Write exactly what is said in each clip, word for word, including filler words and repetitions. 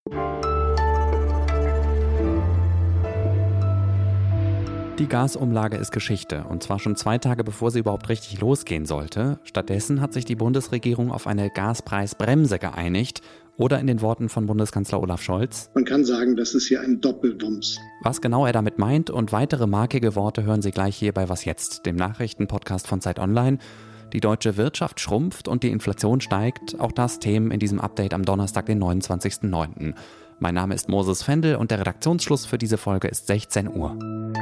Die Gasumlage ist Geschichte, und zwar schon zwei Tage bevor sie überhaupt richtig losgehen sollte. Stattdessen hat sich die Bundesregierung auf eine Gaspreisbremse geeinigt. Oder in den Worten von Bundeskanzler Olaf Scholz: Man kann sagen, das ist hier ein Doppelwumms. Was genau er damit meint und weitere markige Worte hören Sie gleich hier bei Was Jetzt, dem Nachrichtenpodcast von Zeit Online. Die deutsche Wirtschaft schrumpft und die Inflation steigt. Auch das Themen in diesem Update am Donnerstag, den neunundzwanzigsten neunten Mein Name ist Moses Fendel und der Redaktionsschluss für diese Folge ist sechzehn Uhr.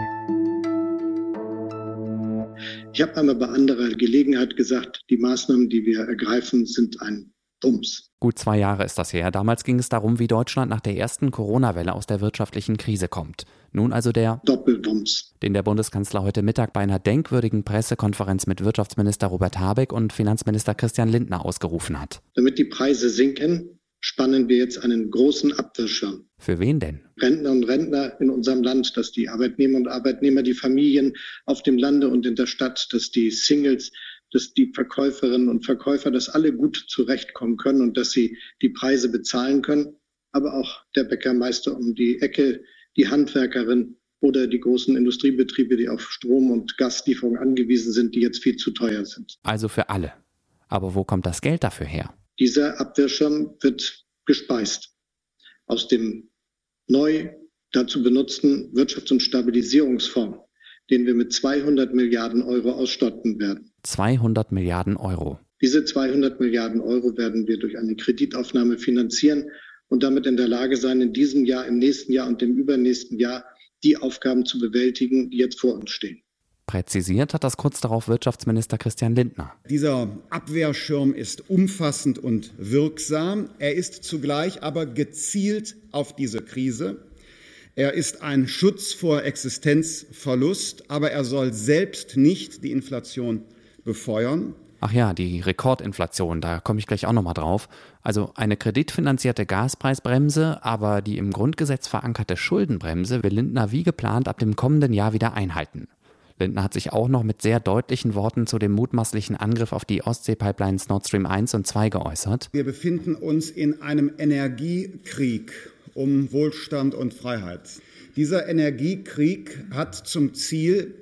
Ich habe einmal bei anderer Gelegenheit gesagt, die Maßnahmen, die wir ergreifen, sind ein Wumms. Gut zwei Jahre ist das her. Damals ging es darum, wie Deutschland nach der ersten Corona-Welle aus der wirtschaftlichen Krise kommt. Nun also der Doppelwumms, den der Bundeskanzler heute Mittag bei einer denkwürdigen Pressekonferenz mit Wirtschaftsminister Robert Habeck und Finanzminister Christian Lindner ausgerufen hat. Damit die Preise sinken, spannen wir jetzt einen großen Abwehrschirm. Für wen denn? Rentner und Rentner in unserem Land, dass die Arbeitnehmer und Arbeitnehmer, die Familien auf dem Lande und in der Stadt, dass die Singles, dass die Verkäuferinnen und Verkäufer, dass alle gut zurechtkommen können und dass sie die Preise bezahlen können. Aber auch der Bäckermeister um die Ecke, die Handwerkerin oder die großen Industriebetriebe, die auf Strom- und Gaslieferungen angewiesen sind, die jetzt viel zu teuer sind. Also für alle. Aber wo kommt das Geld dafür her? Dieser Abwehrschirm wird gespeist aus dem neu dazu benutzten Wirtschafts- und Stabilisierungsfonds, den wir mit zweihundert Milliarden Euro ausstatten werden. zweihundert Milliarden Euro. Diese zweihundert Milliarden Euro werden wir durch eine Kreditaufnahme finanzieren und damit in der Lage sein, in diesem Jahr, im nächsten Jahr und dem übernächsten Jahr die Aufgaben zu bewältigen, die jetzt vor uns stehen. Präzisiert hat das kurz darauf Wirtschaftsminister Christian Lindner. Dieser Abwehrschirm ist umfassend und wirksam. Er ist zugleich aber gezielt auf diese Krise. Er ist ein Schutz vor Existenzverlust, aber er soll selbst nicht die Inflation befeuern. Ach ja, die Rekordinflation, da komme ich gleich auch nochmal drauf. Also eine kreditfinanzierte Gaspreisbremse, aber die im Grundgesetz verankerte Schuldenbremse will Lindner wie geplant ab dem kommenden Jahr wieder einhalten. Lindner hat sich auch noch mit sehr deutlichen Worten zu dem mutmaßlichen Angriff auf die Ostsee-Pipelines Nord Stream eins und zwei geäußert. Wir befinden uns in einem Energiekrieg um Wohlstand und Freiheit. Dieser Energiekrieg hat zum Ziel,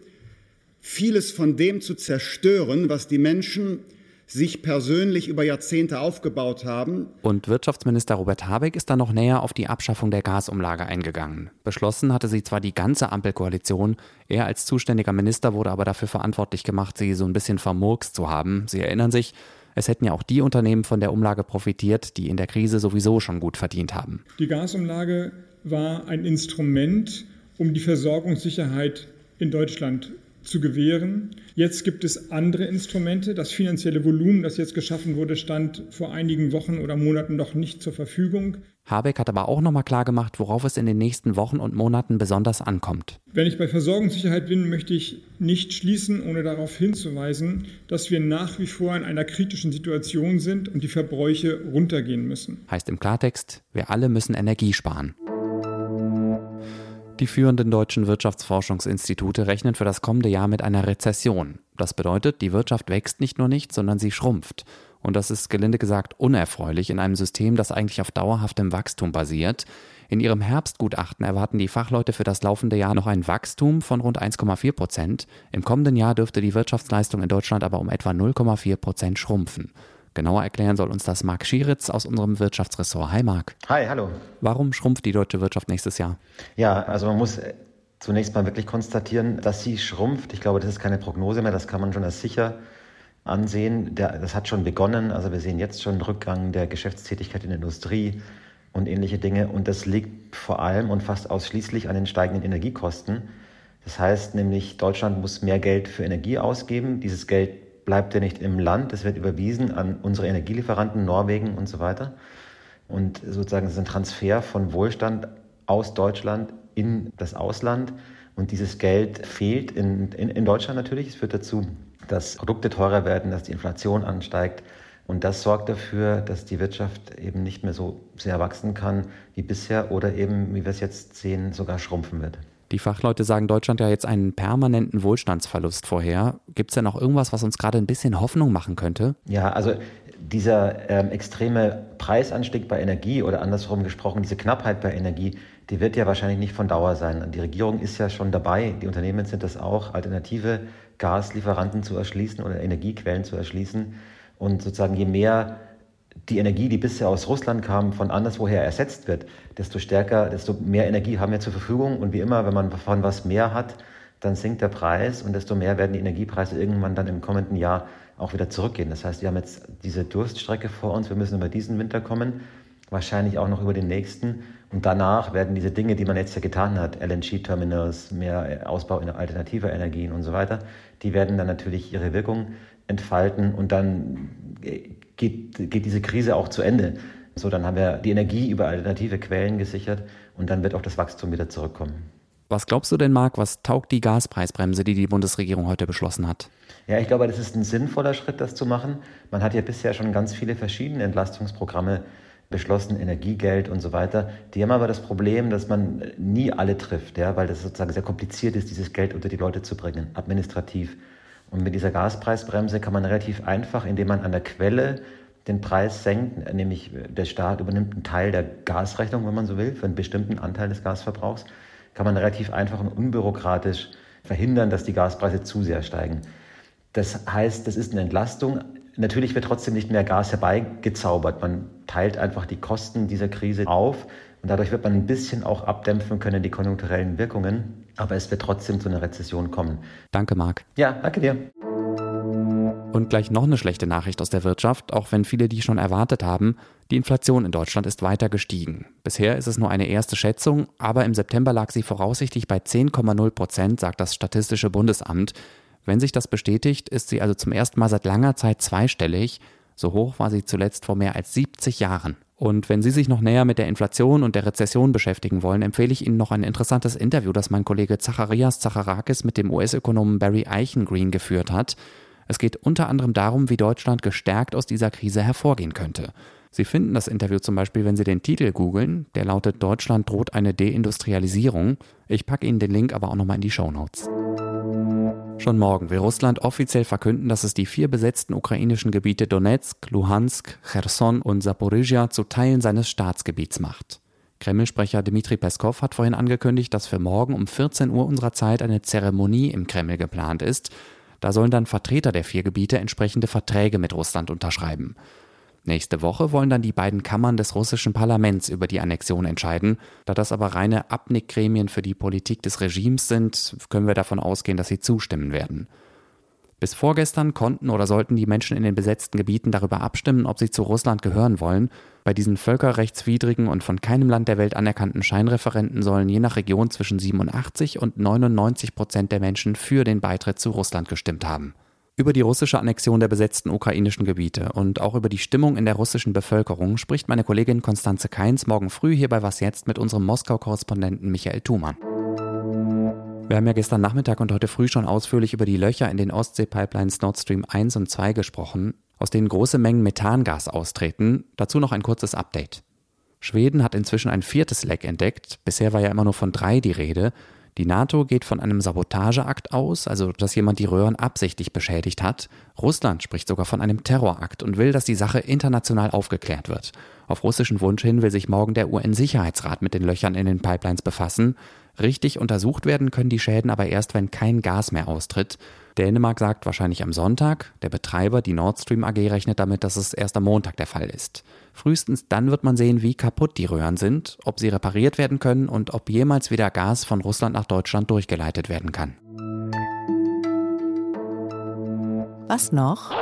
vieles von dem zu zerstören, was die Menschen sich persönlich über Jahrzehnte aufgebaut haben. Und Wirtschaftsminister Robert Habeck ist dann noch näher auf die Abschaffung der Gasumlage eingegangen. Beschlossen hatte sie zwar die ganze Ampelkoalition, er als zuständiger Minister wurde aber dafür verantwortlich gemacht, sie so ein bisschen vermurkst zu haben. Sie erinnern sich, es hätten ja auch die Unternehmen von der Umlage profitiert, die in der Krise sowieso schon gut verdient haben. Die Gasumlage war ein Instrument, um die Versorgungssicherheit in Deutschland zu gewähren. Jetzt gibt es andere Instrumente. Das finanzielle Volumen, das jetzt geschaffen wurde, stand vor einigen Wochen oder Monaten noch nicht zur Verfügung. Habeck hat aber auch nochmal klargemacht, worauf es in den nächsten Wochen und Monaten besonders ankommt. Wenn ich bei Versorgungssicherheit bin, möchte ich nicht schließen, ohne darauf hinzuweisen, dass wir nach wie vor in einer kritischen Situation sind und die Verbräuche runtergehen müssen. Heißt im Klartext, wir alle müssen Energie sparen. Die führenden deutschen Wirtschaftsforschungsinstitute rechnen für das kommende Jahr mit einer Rezession. Das bedeutet, die Wirtschaft wächst nicht nur nicht, sondern sie schrumpft. Und das ist gelinde gesagt unerfreulich in einem System, das eigentlich auf dauerhaftem Wachstum basiert. In ihrem Herbstgutachten erwarten die Fachleute für das laufende Jahr noch ein Wachstum von rund eins Komma vier Prozent. Im kommenden Jahr dürfte die Wirtschaftsleistung in Deutschland aber um etwa null Komma vier Prozent schrumpfen. Genauer erklären soll uns das Marc Schieritz aus unserem Wirtschaftsressort. Hi Marc. Hi, hallo. Warum schrumpft die deutsche Wirtschaft nächstes Jahr? Ja, also man muss zunächst mal wirklich konstatieren, dass sie schrumpft. Ich glaube, das ist keine Prognose mehr, das kann man schon als sicher ansehen. Der, das hat schon begonnen, also wir sehen jetzt schon einen Rückgang der Geschäftstätigkeit in der Industrie und ähnliche Dinge. Und das liegt vor allem und fast ausschließlich an den steigenden Energiekosten. Das heißt nämlich, Deutschland muss mehr Geld für Energie ausgeben. Dieses Geld bleibt ja nicht im Land, es wird überwiesen an unsere Energielieferanten, Norwegen und so weiter. Und sozusagen es ist ein Transfer von Wohlstand aus Deutschland in das Ausland. Und dieses Geld fehlt in, in, in Deutschland natürlich. Es führt dazu, dass Produkte teurer werden, dass die Inflation ansteigt. Und das sorgt dafür, dass die Wirtschaft eben nicht mehr so sehr wachsen kann wie bisher oder eben, wie wir es jetzt sehen, sogar schrumpfen wird. Die Fachleute sagen Deutschland ja jetzt einen permanenten Wohlstandsverlust vorher. Gibt es denn noch irgendwas, was uns gerade ein bisschen Hoffnung machen könnte? Ja, also dieser ähm, extreme Preisanstieg bei Energie oder andersrum gesprochen, diese Knappheit bei Energie, die wird ja wahrscheinlich nicht von Dauer sein. Die Regierung ist ja schon dabei, die Unternehmen sind das auch, alternative Gaslieferanten zu erschließen oder Energiequellen zu erschließen. Und sozusagen je mehr die Energie, die bisher aus Russland kam, von anderswoher ersetzt wird, desto stärker, desto mehr Energie haben wir zur Verfügung. Und wie immer, wenn man von was mehr hat, dann sinkt der Preis und desto mehr werden die Energiepreise irgendwann dann im kommenden Jahr auch wieder zurückgehen. Das heißt, wir haben jetzt diese Durststrecke vor uns, wir müssen über diesen Winter kommen, wahrscheinlich auch noch über den nächsten. Und danach werden diese Dinge, die man jetzt ja getan hat, L N G-Terminals, mehr Ausbau in alternativer Energien und so weiter, die werden dann natürlich ihre Wirkung entfalten und dann geht, geht diese Krise auch zu Ende. So, dann haben wir die Energie über alternative Quellen gesichert und dann wird auch das Wachstum wieder zurückkommen. Was glaubst du denn, Marc, was taugt die Gaspreisbremse, die die Bundesregierung heute beschlossen hat? Ja, ich glaube, das ist ein sinnvoller Schritt, das zu machen. Man hat ja bisher schon ganz viele verschiedene Entlastungsprogramme beschlossen, Energiegeld und so weiter. Die haben aber das Problem, dass man nie alle trifft, ja, weil das sozusagen sehr kompliziert ist, dieses Geld unter die Leute zu bringen, administrativ. Und mit dieser Gaspreisbremse kann man relativ einfach, indem man an der Quelle den Preis senkt, nämlich der Staat übernimmt einen Teil der Gasrechnung, wenn man so will, für einen bestimmten Anteil des Gasverbrauchs, kann man relativ einfach und unbürokratisch verhindern, dass die Gaspreise zu sehr steigen. Das heißt, das ist eine Entlastung. Natürlich wird trotzdem nicht mehr Gas herbeigezaubert. Man teilt einfach die Kosten dieser Krise auf und dadurch wird man ein bisschen auch abdämpfen können, die konjunkturellen Wirkungen. Aber es wird trotzdem zu einer Rezession kommen. Danke, Marc. Ja, danke dir. Und gleich noch eine schlechte Nachricht aus der Wirtschaft, auch wenn viele die schon erwartet haben. Die Inflation in Deutschland ist weiter gestiegen. Bisher ist es nur eine erste Schätzung, aber im September lag sie voraussichtlich bei zehn Komma null Prozent, sagt das Statistische Bundesamt. Wenn sich das bestätigt, ist sie also zum ersten Mal seit langer Zeit zweistellig. So hoch war sie zuletzt vor mehr als siebzig Jahren. Und wenn Sie sich noch näher mit der Inflation und der Rezession beschäftigen wollen, empfehle ich Ihnen noch ein interessantes Interview, das mein Kollege Zacharias Zacharakis mit dem U S-Ökonomen Barry Eichengreen geführt hat. Es geht unter anderem darum, wie Deutschland gestärkt aus dieser Krise hervorgehen könnte. Sie finden das Interview zum Beispiel, wenn Sie den Titel googeln. Der lautet „Deutschland droht eine Deindustrialisierung". Ich packe Ihnen den Link aber auch nochmal in die Shownotes. Schon morgen will Russland offiziell verkünden, dass es die vier besetzten ukrainischen Gebiete Donetsk, Luhansk, Cherson und Saporizhia zu Teilen seines Staatsgebiets macht. Kreml-Sprecher Dmitri Peskov hat vorhin angekündigt, dass für morgen um vierzehn Uhr unserer Zeit eine Zeremonie im Kreml geplant ist. Da sollen dann Vertreter der vier Gebiete entsprechende Verträge mit Russland unterschreiben. Nächste Woche wollen dann die beiden Kammern des russischen Parlaments über die Annexion entscheiden. Da das aber reine Abnickgremien für die Politik des Regimes sind, können wir davon ausgehen, dass sie zustimmen werden. Bis vorgestern konnten oder sollten die Menschen in den besetzten Gebieten darüber abstimmen, ob sie zu Russland gehören wollen. Bei diesen völkerrechtswidrigen und von keinem Land der Welt anerkannten Scheinreferenden sollen je nach Region zwischen siebenundachtzig und neunundneunzig Prozent der Menschen für den Beitritt zu Russland gestimmt haben. Über die russische Annexion der besetzten ukrainischen Gebiete und auch über die Stimmung in der russischen Bevölkerung spricht meine Kollegin Konstanze Kainz morgen früh hier bei Was Jetzt mit unserem Moskau-Korrespondenten Michael Thumann. Wir haben ja gestern Nachmittag und heute früh schon ausführlich über die Löcher in den Ostsee-Pipelines Nord Stream eins und zwei gesprochen, aus denen große Mengen Methangas austreten. Dazu noch ein kurzes Update. Schweden hat inzwischen ein viertes Leck entdeckt. Bisher war ja immer nur von drei die Rede. Die NATO geht von einem Sabotageakt aus, also dass jemand die Röhren absichtlich beschädigt hat. Russland spricht sogar von einem Terrorakt und will, dass die Sache international aufgeklärt wird. Auf russischen Wunsch hin will sich morgen der U N-Sicherheitsrat mit den Löchern in den Pipelines befassen. Richtig untersucht werden können die Schäden aber erst, wenn kein Gas mehr austritt. Dänemark sagt wahrscheinlich am Sonntag. Der Betreiber, die Nord Stream A G, rechnet damit, dass es erst am Montag der Fall ist. Frühestens dann wird man sehen, wie kaputt die Röhren sind, ob sie repariert werden können und ob jemals wieder Gas von Russland nach Deutschland durchgeleitet werden kann. Was noch?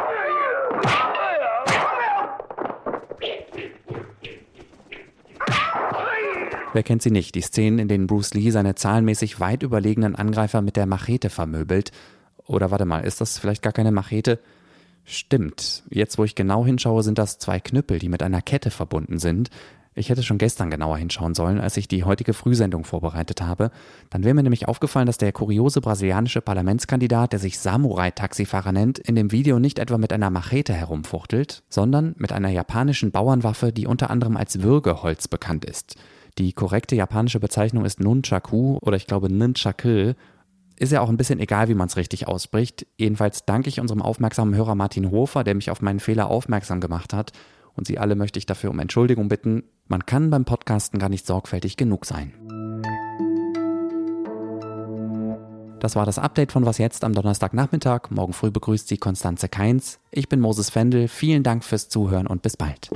Wer kennt sie nicht? Die Szenen, in denen Bruce Lee seine zahlenmäßig weit überlegenen Angreifer mit der Machete vermöbelt. Oder warte mal, ist das vielleicht gar keine Machete? Stimmt. Jetzt, wo ich genau hinschaue, sind das zwei Knüppel, die mit einer Kette verbunden sind. Ich hätte schon gestern genauer hinschauen sollen, als ich die heutige Frühsendung vorbereitet habe. Dann wäre mir nämlich aufgefallen, dass der kuriose brasilianische Parlamentskandidat, der sich Samurai-Taxifahrer nennt, in dem Video nicht etwa mit einer Machete herumfuchtelt, sondern mit einer japanischen Bauernwaffe, die unter anderem als Würgeholz bekannt ist. Die korrekte japanische Bezeichnung ist Nunchaku oder ich glaube Nunchaku. Ist ja auch ein bisschen egal, wie man es richtig ausspricht. Jedenfalls danke ich unserem aufmerksamen Hörer Martin Hofer, der mich auf meinen Fehler aufmerksam gemacht hat. Und Sie alle möchte ich dafür um Entschuldigung bitten. Man kann beim Podcasten gar nicht sorgfältig genug sein. Das war das Update von Was Jetzt am Donnerstagnachmittag. Morgen früh begrüßt Sie Konstanze Keins. Ich bin Moses Fendel. Vielen Dank fürs Zuhören und bis bald.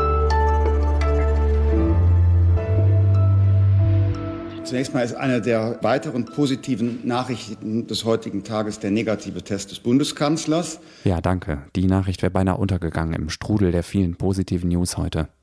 Zunächst mal ist eine der weiteren positiven Nachrichten des heutigen Tages der negative Test des Bundeskanzlers. Ja, danke. Die Nachricht wäre beinahe untergegangen im Strudel der vielen positiven News heute.